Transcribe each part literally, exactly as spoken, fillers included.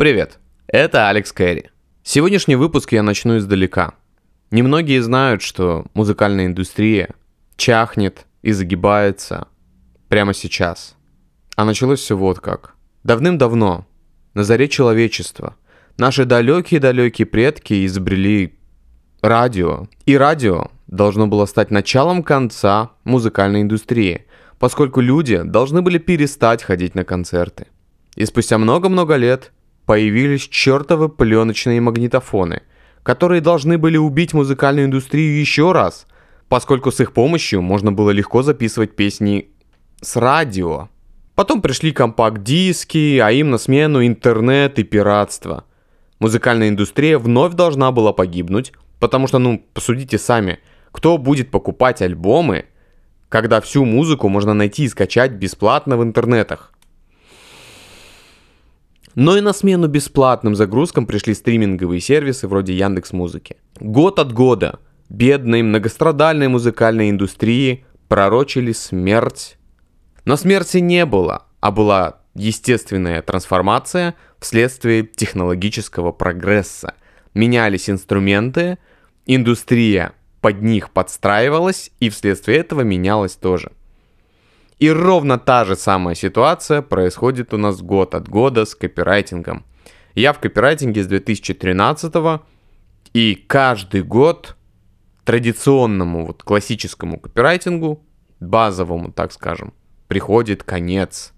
Привет, это Алекс Кэрри. Сегодняшний выпуск я начну издалека. Немногие знают, что музыкальная индустрия чахнет и загибается прямо сейчас. А началось все вот как. Давным-давно, на заре человечества, наши далекие-далекие предки изобрели радио. И радио должно было стать началом конца музыкальной индустрии, поскольку люди должны были перестать ходить на концерты. И спустя много-много лет появились чертовы пленочные магнитофоны, которые должны были убить музыкальную индустрию еще раз, поскольку с их помощью можно было легко записывать песни с радио. Потом пришли компакт-диски, а им на смену интернет и пиратство. Музыкальная индустрия вновь должна была погибнуть, потому что, ну, посудите сами, кто будет покупать альбомы, когда всю музыку можно найти и скачать бесплатно в интернетах? Но и на смену бесплатным загрузкам пришли стриминговые сервисы вроде Яндекс.Музыки. Год от года бедной многострадальной музыкальной индустрии пророчили смерть. Но смерти не было, а была естественная трансформация вследствие технологического прогресса. Менялись инструменты, индустрия под них подстраивалась, и вследствие этого менялась тоже. И ровно та же самая ситуация происходит у нас год от года с копирайтингом. Я в копирайтинге с две тысячи тринадцатого, и каждый год традиционному вот классическому копирайтингу, базовому, так скажем, приходит конец.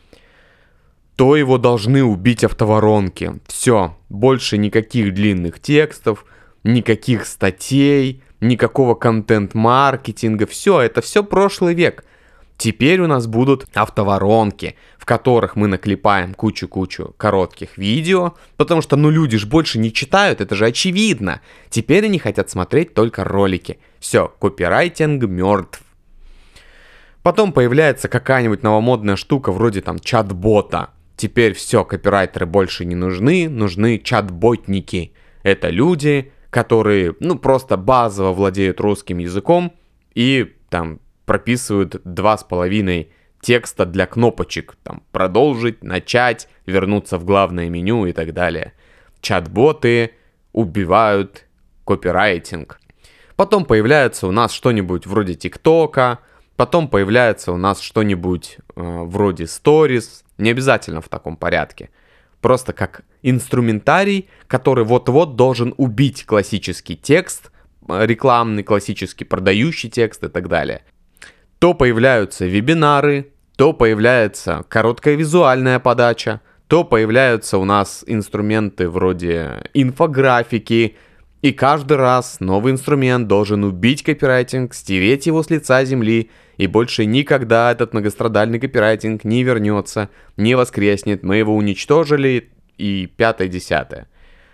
То его должны убить автоворонки. Все, больше никаких длинных текстов, никаких статей, никакого контент-маркетинга. Все, это все прошлый век. Теперь у нас будут автоворонки, в которых мы наклепаем кучу-кучу коротких видео, потому что, ну, люди ж больше не читают, это же очевидно. Теперь они хотят смотреть только ролики. Все, копирайтинг мертв. Потом появляется какая-нибудь новомодная штука вроде там чат-бота. Теперь все, копирайтеры больше не нужны, нужны чат-ботники. Это люди, которые, ну, просто базово владеют русским языком и там прописывают два с половиной текста для кнопочек. Там продолжить, начать, вернуться в главное меню и так далее. Чат-боты убивают копирайтинг. Потом появляется у нас что-нибудь вроде ТикТока. Потом появляется у нас что-нибудь э, вроде Stories. Не обязательно в таком порядке. Просто как инструментарий, который вот-вот должен убить классический текст, рекламный, классический продающий текст и так далее. То появляются вебинары, то появляется короткая визуальная подача, то появляются у нас инструменты вроде инфографики. И каждый раз новый инструмент должен убить копирайтинг, стереть его с лица земли, и больше никогда этот многострадальный копирайтинг не вернется, не воскреснет, мы его уничтожили, и пятое-десятое.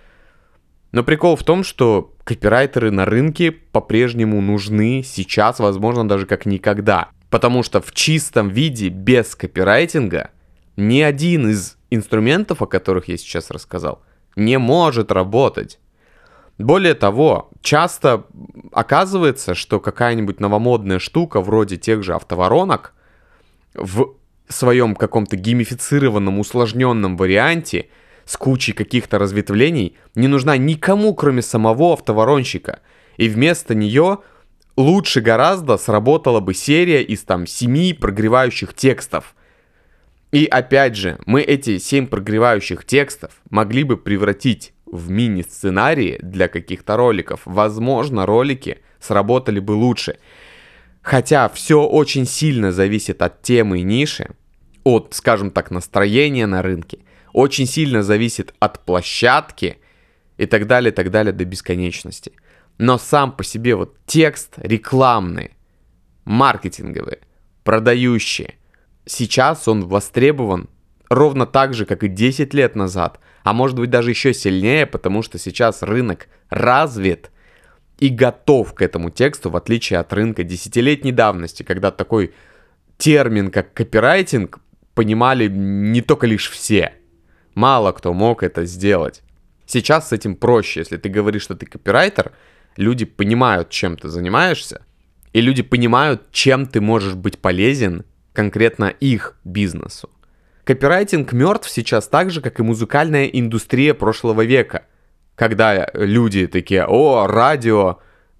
Но прикол в том, что копирайтеры на рынке по-прежнему нужны сейчас, возможно, даже как никогда. Потому что в чистом виде, без копирайтинга, ни один из инструментов, о которых я сейчас рассказал, не может работать. Более того, часто оказывается, что какая-нибудь новомодная штука, вроде тех же автоворонок, в своем каком-то геймифицированном, усложненном варианте, с кучей каких-то разветвлений, не нужна никому, кроме самого автоворонщика. И вместо нее лучше гораздо сработала бы серия из там семи прогревающих текстов. И опять же, мы эти семь прогревающих текстов могли бы превратить в мини-сценарии для каких-то роликов. Возможно, ролики сработали бы лучше. Хотя все очень сильно зависит от темы и ниши, от, скажем так, настроения на рынке, очень сильно зависит от площадки и так далее, так далее до бесконечности. Но сам по себе вот текст рекламный, маркетинговый, продающий, сейчас он востребован ровно так же, как и десять лет назад. А может быть даже еще сильнее, потому что сейчас рынок развит и готов к этому тексту, в отличие от рынка десятилетней давности, когда такой термин, как копирайтинг, понимали не только лишь все. Мало кто мог это сделать. Сейчас с этим проще. Если ты говоришь, что ты копирайтер, люди понимают, чем ты занимаешься, и люди понимают, чем ты можешь быть полезен конкретно их бизнесу. Копирайтинг мертв сейчас так же, как и музыкальная индустрия прошлого века. Когда люди такие: о, радио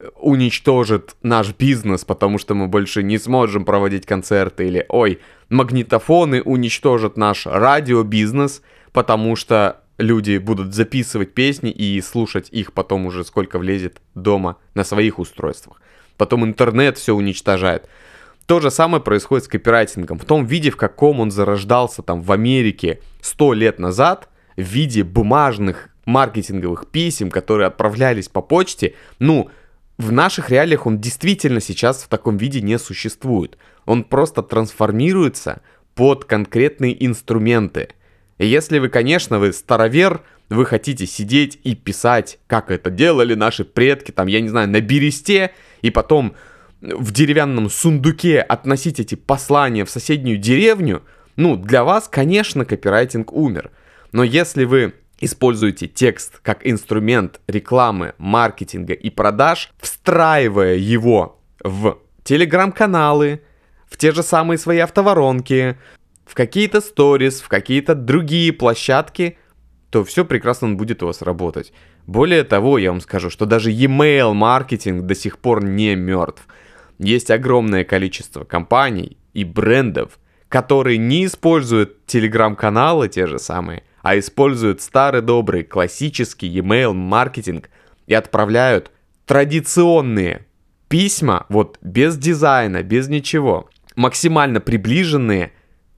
уничтожит наш бизнес, потому что мы больше не сможем проводить концерты, или ой, магнитофоны уничтожат наш радиобизнес, потому что люди будут записывать песни и слушать их потом уже сколько влезет дома на своих устройствах. Потом интернет все уничтожает. То же самое происходит с копирайтингом. В том виде, в каком он зарождался там в Америке сто лет назад, в виде бумажных маркетинговых писем, которые отправлялись по почте, ну, в наших реалиях он действительно сейчас в таком виде не существует. Он просто трансформируется под конкретные инструменты. И если вы, конечно, вы старовер, вы хотите сидеть и писать, как это делали наши предки, там, я не знаю, на бересте, и потом в деревянном сундуке относить эти послания в соседнюю деревню, ну, для вас, конечно, копирайтинг умер. Но если вы используете текст как инструмент рекламы, маркетинга и продаж, встраивая его в телеграм-каналы, в те же самые свои автоворонки, в какие-то сторис, в какие-то другие площадки, то все прекрасно будет у вас работать. Более того, я вам скажу, что даже e-mail маркетинг до сих пор не мертв. Есть огромное количество компаний и брендов, которые не используют телеграм-каналы те же самые, а используют старый добрый классический e-mail маркетинг и отправляют традиционные письма, вот без дизайна, без ничего, максимально приближенные,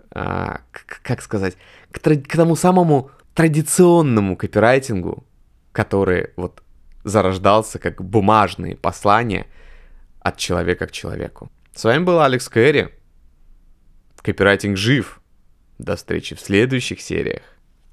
а, к, как сказать, к, к тому самому традиционному копирайтингу, который вот зарождался как бумажные послания от человека к человеку. С вами был Алекс Кэрри. Копирайтинг жив. До встречи в следующих сериях.